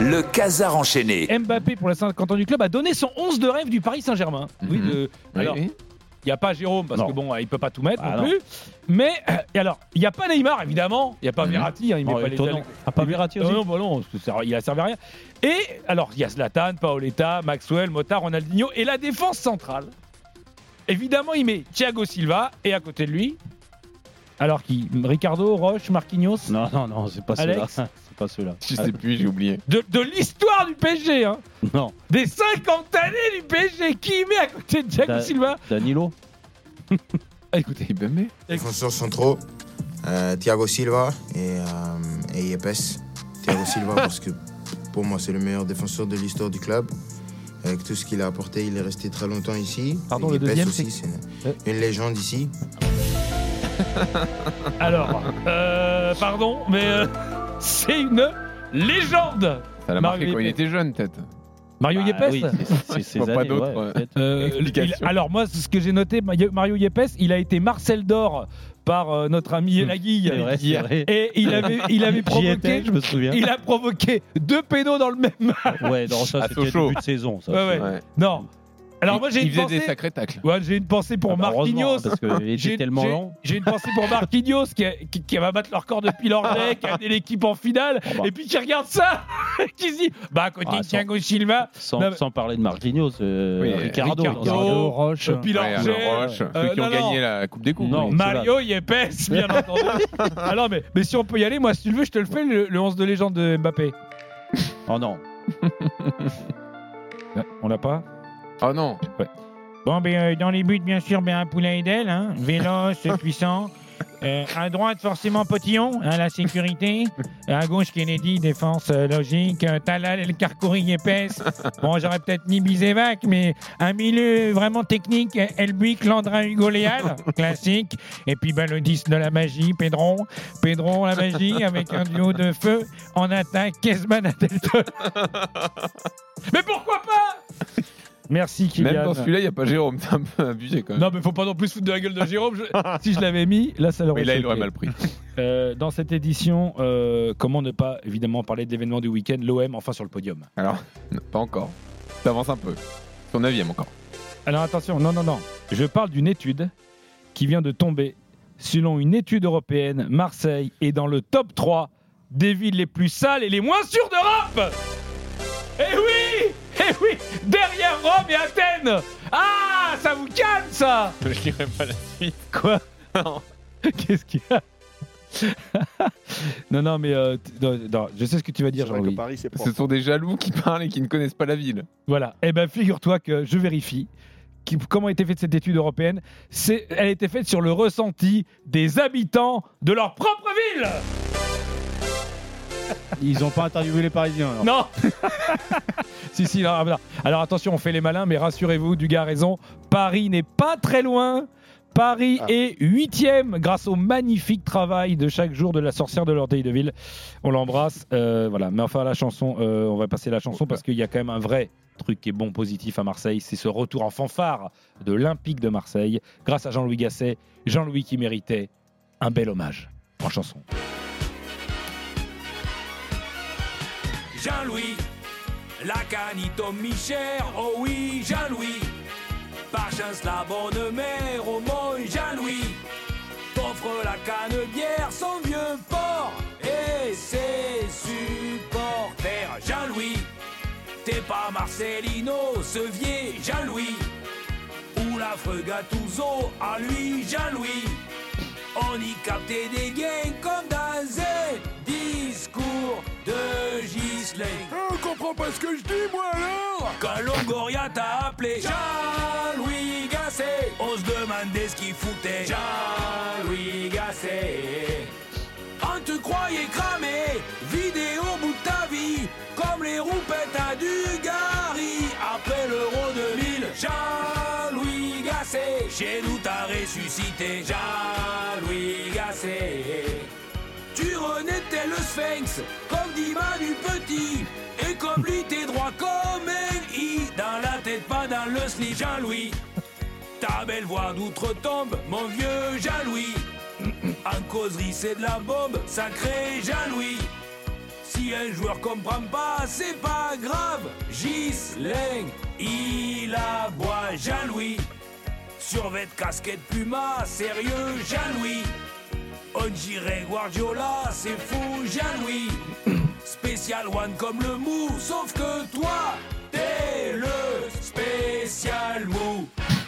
Le Casar enchaîné. Mbappé, pour les 50 ans du club, a donné son 11 de rêve du Paris Saint-Germain. Alors, il n'y a pas Jérôme, parce que bon, il ne peut pas tout mettre non plus. Mais, et alors, il n'y a pas Neymar, évidemment. Il n'y a pas Verratti. Il met pas les pas Verratti aussi. Non, il a servi à rien. Et, alors, il y a Zlatan, Paoletta, Maxwell, Mota, Ronaldinho et la défense centrale. Évidemment, il met Thiago Silva et à côté de lui... Alors qui Ricardo, Roche, Marquinhos? Non, c'est pas ceux-là. C'est pas ceux-là. Je sais plus, j'ai oublié. De l'histoire du PSG, hein. Non. Des 50 années du PSG, qui met à côté de Thiago Silva? Danilo. Écoutez, Bembe. Défenseurs centraux, Thiago Silva et Yepes. Thiago Silva parce que pour moi c'est le meilleur défenseur de l'histoire du club. Avec tout ce qu'il a apporté, il est resté très longtemps ici. Pardon, et le deuxième, aussi, c'est une légende ici. Alors, pardon, mais c'est une légende. Ça l'a marqué quand il était jeune, peut-être. Mario Yepes. Oui, c'est ses pas années, d'autres. Ouais, alors moi, ce que j'ai noté, Mario Yepes, il a été Marcel d'Or par notre ami Elagui. C'est vrai. Et il avait provoqué, je me souviens. il a provoqué 2 pénaux dans le même match. Ouais, non, ça c'était début de saison. Ça. Ouais. Non. Alors moi j'ai il une faisait pensée. des sacrés tacles. Ouais, j'ai une pensée pour Marquinhos. Parce qu'il était tellement long. J'ai une pensée pour Marquinhos qui va battre leur record depuis l'Orlais, qui a amené l'équipe en finale, et puis qui regarde ça, qui se dit à côté de Thiago Silva. Sans parler de Marquinhos, Ricardo, Roche, puis Roche, ceux qui ont gagné la Coupe des Coupes. Non, Mario Yepes, bien entendu. Alors mais si on peut y aller, moi si tu le veux, je te le fais le 11 de légende de Mbappé. Oh non. On l'a pas? Oh non. Ouais. Bon, dans les buts, bien sûr, un poulet Edel, hein, véloce, puissant. À droite, forcément, Potillon, la sécurité. À gauche, Kennedy, défense logique. Talal, El Karkouri, épaisse. Bon, j'aurais peut-être mis Bizevac, mais un milieu vraiment technique. Elbuik, Landrin, Hugo Léal, classique. Et puis, le 10 de la magie, Pedron, la magie, avec un duo de feu. En attaque, Kesman, Adelton. Mais pourquoi pas? Merci Kylian. Même dans celui-là, il n'y a pas Jérôme, t'es un peu abusé quand même. Non, mais faut pas non plus foutre de la gueule de Jérôme. Si je l'avais mis, là, ça l'aurait Mais là, il aurait mal pris. Dans cette édition, comment ne pas évidemment parler de l'événement du week-end, l'OM enfin sur le podium. Alors, non, pas encore. T'avances un peu. Ton 9e encore. Alors attention, non. Je parle d'une étude qui vient de tomber. Selon une étude européenne, Marseille est dans le top 3 des villes les plus sales et les moins sûres d'Europe. Eh oui, derrière Rome et Athènes. Ah, ça vous calme, ça. Je lirai pas la suite. Quoi? Non. Qu'est-ce qu'il y a? Non, mais non, je sais ce que tu vas dire, Jean-Louis. Ce sont des jaloux qui parlent et qui ne connaissent pas la ville. Voilà. Eh ben, figure-toi que je vérifie. Comment a été faite cette étude européenne? Elle a été faite sur le ressenti des habitants de leur propre ville. Ils n'ont pas interviewé les Parisiens. Alors. Non. Si, non. Alors attention, on fait les malins, mais rassurez-vous, Dugas a raison. Paris n'est pas très loin. Paris est 8e grâce au magnifique travail de chaque jour de la sorcière de l'Orteil-de-Ville. On l'embrasse. Voilà. Mais enfin, la chanson, on va passer la chanson parce qu'il y a quand même un vrai truc qui est bon, positif à Marseille. C'est ce retour en fanfare de l'Olympique de Marseille grâce à Jean-Louis Gasset. Jean-Louis qui méritait un bel hommage en chanson. Jean-Louis, la canito mi-chère, oh oui, Jean-Louis. Par chance la bonne mère, oh mon Jean-Louis, t'offre la canne-bière, son vieux port et ses supporters. Jean-Louis, t'es pas Marcelino, ce vieil Jean-Louis, ou l'affreux Gattuso, à lui Jean-Louis. On y captait des gains comme dans un discours de Ghislain. On comprend pas ce que je dis, moi, alors. Quand Longoria t'a appelé Jean-Louis Gasset, on se demandait ce qu'il foutait. Jean-Louis Gasset, on te croyait cramé, vidé au bout de ta vie, comme les roupettes à Dugarry. Après l'Euro 2000, Jean-Louis Gasset, chez nous t'as ressuscité. Jean-Louis Gasset, tu renaîtais le Sphinx, comme dit Manu Petit, et comme lui t'es droit comme un I, dans la tête pas dans le slip. Jean-Louis, ta belle voix d'outre-tombe, mon vieux Jean-Louis, en causerie c'est de la bombe, sacré Jean-Louis. Si Si un joueur comprend pas, c'est pas grave. Ghislain, il aboie Jean-Louis. Survêt casquette Puma, sérieux Jean-Louis. On dirait Guardiola, c'est fou Jean-Louis. Spécial one comme le mou, sauf que toi, t'es le spécial mou.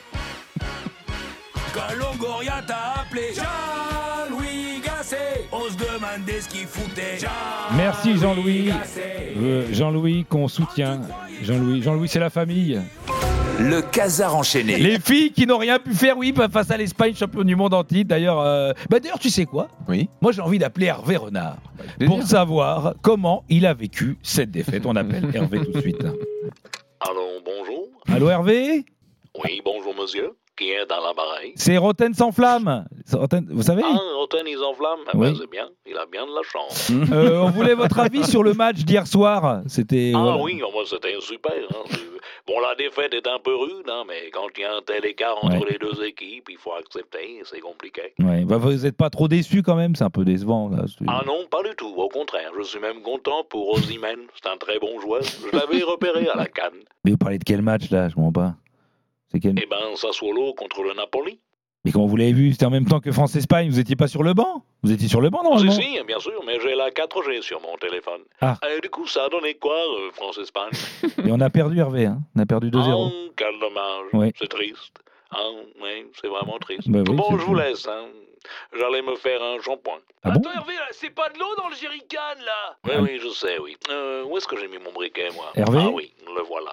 Quand Longoria t'a appelé Jean-Louis Gasset, on se demandait ce qu'il foutait. Merci Jean-Louis. Jean-Louis qu'on soutient. Jean-Louis, c'est la famille. Le Casar enchaîné. Les filles qui n'ont rien pu faire, oui, face à l'Espagne, champion du monde en titre. D'ailleurs, tu sais quoi ? Oui. Moi, j'ai envie d'appeler Hervé Renard pour savoir comment il a vécu cette défaite. On appelle Hervé tout de suite. Allô, bonjour. Allô, Hervé ? Oui, bonjour, monsieur. Qui est dans l'appareil? C'est Roten sans flamme. Roten, vous savez ? Ah, Roten, ils en flamme. Oui. Ben, c'est bien. Il a bien de la chance. On voulait votre avis sur le match d'hier soir. C'était. Ah oui, moi, c'était super. Hein. Bon, la défaite est un peu rude, hein, mais quand il y a un tel écart entre les deux équipes, il faut accepter. C'est compliqué. Ouais. Vous n'êtes pas trop déçu quand même ? C'est un peu décevant. Là. Ah non, pas du tout. Au contraire, je suis même content pour Osimhen. C'est un très bon joueur. Je l'avais repéré à la CAN. Mais vous parlez de quel match là ? Je comprends pas. C'est quel... Eh ben, Sassuolo contre le Napoli. Mais comment vous l'avez vu ? C'était en même temps que France-Espagne. Vous n'étiez pas sur le banc ? Vous étiez sur le banc normalement ? Si, bien sûr, mais j'ai la 4G sur mon téléphone. Ah. Et du coup, ça a donné quoi, France-Espagne? Et on a perdu Hervé, hein ? On a perdu 2-0. Oh, quel dommage. Oui. C'est triste. Ah, oui, c'est vraiment triste. Bah oui, bon, je vous laisse. Hein. J'allais me faire un shampoing. Ah bon ? Attends, Hervé, là, c'est pas de l'eau dans le jerrycan, là. Oui, oui, je sais, oui. Où est-ce que j'ai mis mon briquet, moi? Hervé ? Ah oui, le voilà.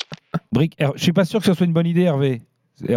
Je suis pas sûr que ce soit une bonne idée, Hervé. Hervé ?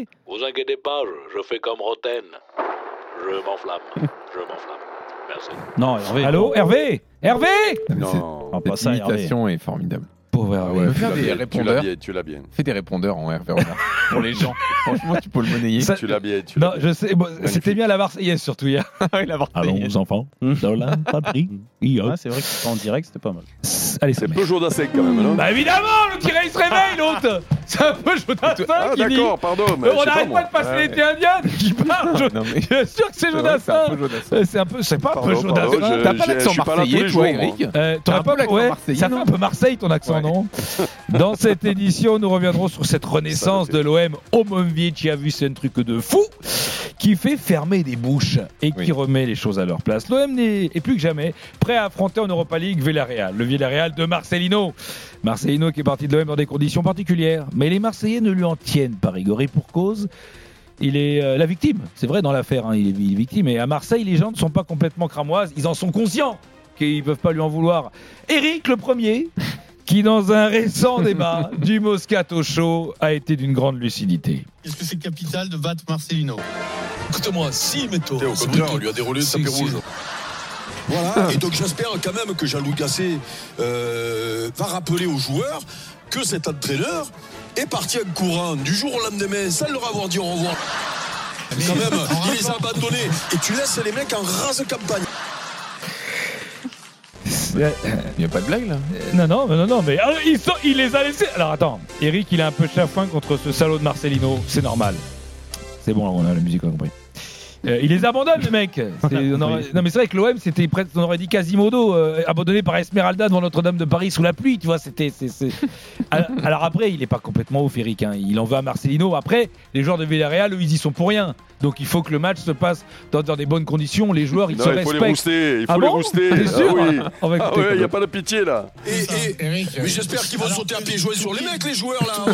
Vous inquiétez pas, je fais comme Roten. Je m'enflamme. Merci. Non, Hervé. Allô, Hervé ? Hervé ? Non, pas Cette ça, Hervé. imitation est formidable. Pauvre Hervé. Ouais, faire des répondeurs. Tu l'as bien. Fais des répondeurs en Hervé Renard pour les gens. Franchement, tu peux le monnayer. Ça- Tu l'as bien. Non, je sais. Bon, c'était bien la Marseillaise surtout hier. Allons, enfants. Dola, patrie. Ah, c'est vrai que c'était en direct, c'était pas mal. Allez, C'est peu Jodasek quand même, non? Bah évidemment, le tiré il se réveille, l'autre. C'est un peu Jodassin Ah, qui dit. d'accord, pardon. Mais On je sais n'arrête pas moi. de passer l'été indien qui parle. Non, mais- Bien sûr que c'est C'est vrai, c'est un Jodassin. peu Jodassin. C'est pas un peu Pardon, Jodassin. je- T'as pas l'accent je suis pas là tous marseillais, les toi, jours, moi. Eric T'aurais T'as un peu pas l'accent ouais, marseillais, ça fait non un peu Marseille ton accent, Ouais. non? Dans cette édition, nous reviendrons sur cette renaissance de l'OM. Omovic qui a vu c'est un truc de fou qui fait fermer des bouches et qui remet les choses à leur place. L'OM est plus que jamais prêt à affronter en Europa League Villarreal, le Villarreal de Marcelino. Marcelino qui est parti de l'OM dans des conditions particulières, mais les Marseillais ne lui en tiennent pas rigueur et pour cause. Il est la victime, c'est vrai dans l'affaire, hein, il est victime. Et à Marseille, les gens ne sont pas complètement cramoises, ils en sont conscients qu'ils ne peuvent pas lui en vouloir. Eric, le premier, qui dans un récent débat du Moscato Show a été d'une grande lucidité. Est-ce que c'est capital de battre Marcelino? Écoute-moi, si, Méto. Au contraire, on lui a déroulé le tapis rouge. Voilà, et donc j'espère quand même que Jean-Louis Gasset va rappeler aux joueurs que cet entraîneur est parti en courant du jour au lendemain sans leur avoir dit au revoir. Quand même, il les a abandonnés et tu laisses les mecs en rase campagne. Il n'y a pas de blague là. Non, mais il les a laissés. Alors attends, Eric, il a un peu chafouin contre ce salaud de Marcelino, c'est normal. C'est bon, on a la musique, on a compris. Il les abandonne, le mec. Non, mais c'est vrai que l'OM, c'était presque, on aurait dit Quasimodo, abandonné par Esmeralda devant Notre-Dame de Paris sous la pluie, tu vois. Alors après, il est pas complètement ouf, Eric. Hein. Il en veut à Marcelino. Après, les joueurs de Villarreal, eux, ils y sont pour rien. Donc il faut que le match se passe dans des bonnes conditions. Les joueurs, ils se Non, il faut respectent. les rouster. Il Ah faut les bon rouster. T'es sûr? Ah oui. On va écouter, Il n'y a pas de pitié là. Mais j'espère qu'ils vont sauter à pieds joints sur les mecs, les joueurs là.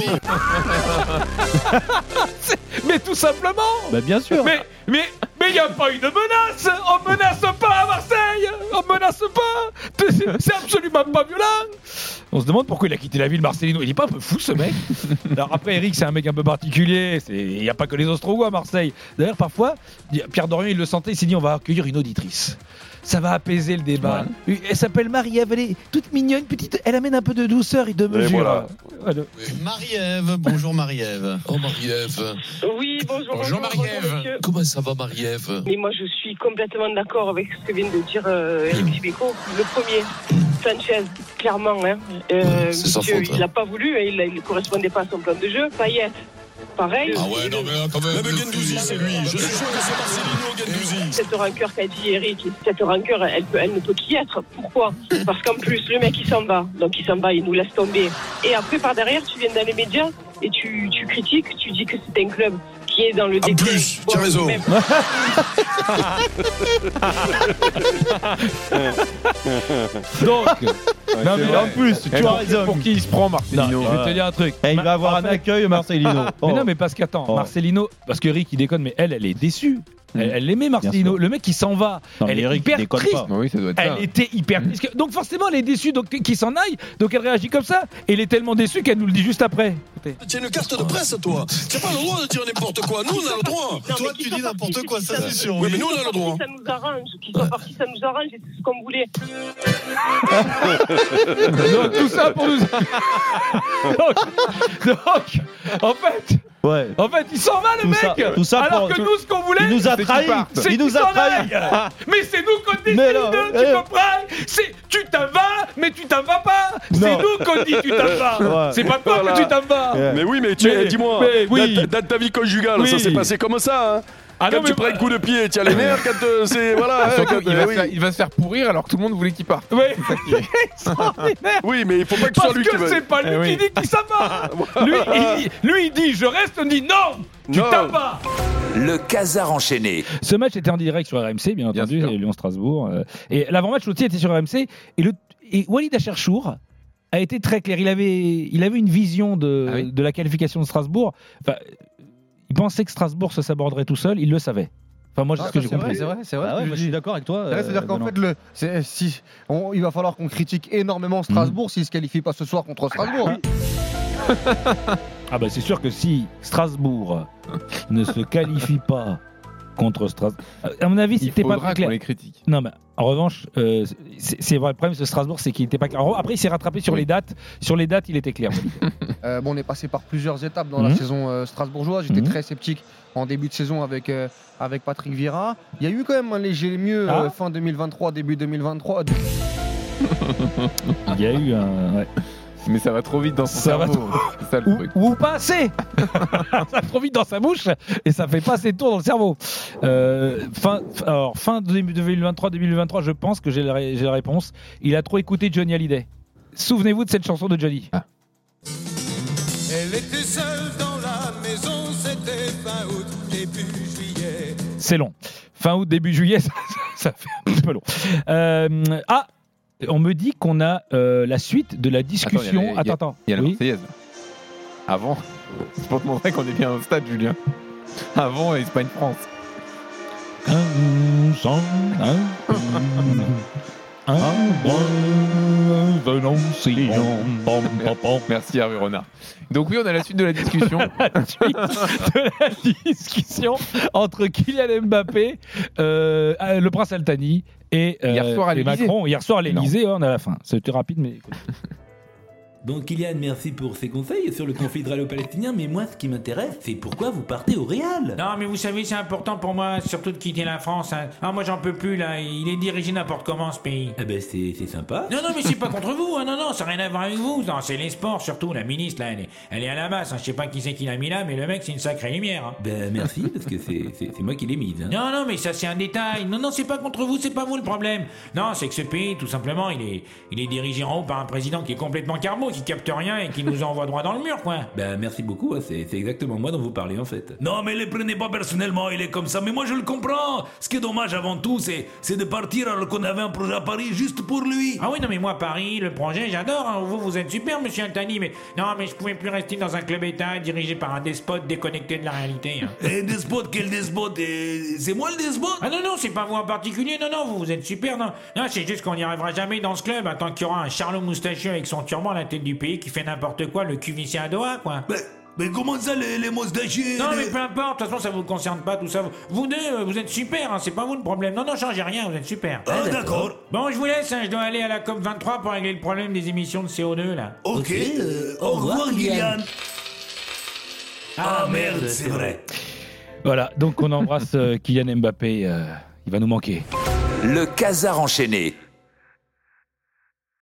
Mais tout simplement. Bah bien sûr. Mais il n'y a pas eu de menace. On menace pas à Marseille. On menace pas. C'est absolument pas violent. On se demande pourquoi il a quitté la ville, Marcelino. Il est pas un peu fou, ce mec? Alors après, Eric, c'est un mec un peu particulier. Il n'y a pas que les Ostrogoths à Marseille. D'ailleurs, parfois, Pierre Dorian, il le sentait. Il s'est dit, on va accueillir une auditrice. Ça va apaiser le débat. Ouais. Elle s'appelle Marie-Ève, elle est toute mignonne, petite. Elle amène un peu de douceur et de mesure. Voilà. Marie-Ève, bonjour Marie-Ève. Oh Marie-Ève. Oui, bonjour. Bonjour Marie-Ève. Comment ça va Marie-Ève? Mais moi je suis complètement d'accord avec ce que vient de dire Eric Dimeco. Le premier, Sanchez, clairement, hein, c'est sa faute, il n'a pas voulu, il ne correspondait pas à son plan de jeu. Payet, pareil. Ah ouais, non, mais là, quand même Guendouzi, c'est lui. Je suis sûr que c'est Marcelino Guendouzi. Cette rancœur qu'a dit Eric, cette rancœur, elle ne peut qu'y être. Pourquoi ? Parce qu'en plus, le mec, il s'en va. Donc, il s'en va, il nous laisse tomber. Et après, par derrière, tu viens dans les médias et tu critiques, tu dis que c'est un club qui est dans le déclin. En plus, tu as raison. Donc, non, mais en plus, tu as raison. Pour qui il se prend, Marcelino? Je vais te dire un truc. Il va avoir un accueil, Marcelino. Mais non, mais parce qu'attends, Marcelino, parce que Eric, il déconne, mais elle est déçue. Elle l'aimait, Marcelino. Le mec qui s'en va. Non, elle est Eric, hyper déconne triste. pas. Oui, ça doit être ça. Elle était hyper triste. Donc forcément, elle est déçue donc qu'il s'en aille. Donc elle réagit comme ça. Et elle est tellement déçue qu'elle nous le dit juste après. Tu as une carte de presse, toi. Tu n'as pas le droit de dire n'importe quoi. Nous, on a le droit. Non, Toi, tu dis n'importe quoi, ça c'est sûr. Oui, mais nous, on a le droit. Ça nous arrange. Qu'ils soient partis, ça nous arrange. Et c'est ce qu'on voulait. Donc tout ça pour nous. donc en fait, il s'en va le mec. Tout ça alors pour- que nous, ce qu'on voulait, Il nous a c'est trahis. qu'il parte. C'est Il nous qu'il a s'en trahis. aille. Mais c'est nous qu'on décide, Mais non, tu comprends ? C'est tu t'en vas, mais tu t'en vas pas. C'est Non. nous qu'on dit tu t'en vas. Ouais. C'est pas toi que tu t'en vas. Mais oui, mais dis-moi, mais oui. dans ta vie conjugale, Oui. ça s'est passé comme ça, hein. Ah Quand non, tu mais prends un coup de pied, tu as les nerfs, quand c'est. Voilà. Surtout, quand, il va se faire pourrir alors que tout le monde voulait qu'il parte. Oui, extraordinaire. Oui, mais il faut pas que ce soit Parce lui que qui va. c'est pas lui qui dit qu'il s'en va. Lui, il dit je reste, on dit non, tu Non. t'en vas. Le Casar enchaîné. Ce match était en direct sur RMC, bien entendu, sûr. Lyon-Strasbourg. Et l'avant-match aussi était sur RMC. Et Walid Acharchour a été très clair. Il avait une vision de la qualification de Strasbourg. Enfin, il pensait que Strasbourg se saborderait tout seul. Il le savait. Enfin, moi, c'est ce que j'ai compris. C'est vrai. Ah ouais, Je suis d'accord avec toi. C'est-à-dire qu'en Benoît. fait, il va falloir qu'on critique énormément Strasbourg s'il ne se qualifie pas ce soir contre Strasbourg. Ah bah c'est sûr que si Strasbourg ne se qualifie pas contre Strasbourg, à mon avis, Il c'était pas faudra très clair. qu'on les critique. Non, mais en revanche, c'est vrai. Le problème de Strasbourg, c'est qu'il n'était pas clair. Après, il s'est rattrapé sur les dates. Sur les dates, il était clair. On est passé par plusieurs étapes dans la saison strasbourgeoise. J'étais très sceptique en début de saison avec Patrick Vieira. Il y a eu quand même un léger mieux fin 2023, début 2023. Il y a eu un. Ouais. Mais ça va trop vite dans son Ça va cerveau. C'est ça le truc. Ou pas assez. Ça va trop vite dans sa bouche et ça fait pas assez de tours dans le cerveau. Fin 2023, je pense que j'ai la réponse. Il a trop écouté Johnny Hallyday. Souvenez-vous de cette chanson de Johnny. Elle était seule dans la maison, c'était fin août, début juillet. C'est long. Fin août, début juillet, ça fait un petit peu long. On me dit qu'on a la suite de la discussion. Attends. Il y a la Oui. Marseillaise. Avant, c'est pour te montrer qu'on est bien au stade, Julien. Avant, Espagne-France. Merci Hervé Renard. Donc oui, on a la suite de la discussion. La suite de la discussion entre Kylian Mbappé, le prince Al-Thani et Macron. Hier soir à l'Elysée, on a la fin. C'était rapide, mais... Bon, Kylian, merci pour ces conseils sur le conflit israélo-palestinien, mais moi, ce qui m'intéresse, c'est pourquoi vous partez au Real. Non, mais vous savez, c'est important pour moi, surtout de quitter la France. Hein. Ah, moi, j'en peux plus, là. Il est dirigé n'importe comment, ce pays. Eh ben, c'est sympa. Non, mais c'est pas contre vous. Hein. Non, ça n'a rien à voir avec vous. Non, c'est les sports, surtout. La ministre, là, elle est à la base. Hein. Je sais pas qui c'est qui l'a mis là, mais le mec, c'est une sacrée lumière. Hein. Ben, merci, parce que c'est moi qui l'ai mise. Hein. Non, mais ça, c'est un détail. Non, c'est pas contre vous, c'est pas vous le problème. Non, c'est que ce pays, tout simplement, il est dirigé en haut par un président qui est complètement carbo, qui capte rien et qui nous envoie droit dans le mur, quoi. Ben, merci beaucoup, hein. C'est exactement moi dont vous parlez, en fait. Non, mais ne les prenez pas personnellement, il est comme ça. Mais moi, je le comprends. Ce qui est dommage avant tout, c'est de partir alors qu'on avait un projet à Paris juste pour lui. Ah oui, non, mais moi, Paris, le projet, j'adore. Hein. Vous êtes super, monsieur Altani, mais non, mais je pouvais plus rester dans un club État dirigé par un despote déconnecté de la réalité. Hein. Et despote, quel despote? C'est moi le despote? Ah non, c'est pas vous en particulier. Non, vous êtes super. Non, c'est juste qu'on n'y arrivera jamais dans ce club, hein, tant qu'il y aura un Charlot moustachieux avec son turban à la tête du pays qui fait n'importe quoi, le cul vissé à Doha, quoi. Mais comment ça, les moustachiers? Non, mais peu importe, de toute façon, ça vous concerne pas, tout ça. Vous deux, vous êtes super, hein, c'est pas vous le problème. Non, changez rien, vous êtes super. Ah, d'accord. Bon, je vous laisse, hein, je dois aller à la COP23 pour régler le problème des émissions de CO2, là. Ok, au revoir, Kylian. Ah, merde, c'est vrai. Voilà, donc on embrasse Kylian Mbappé, il va nous manquer. Le Casar enchaîné.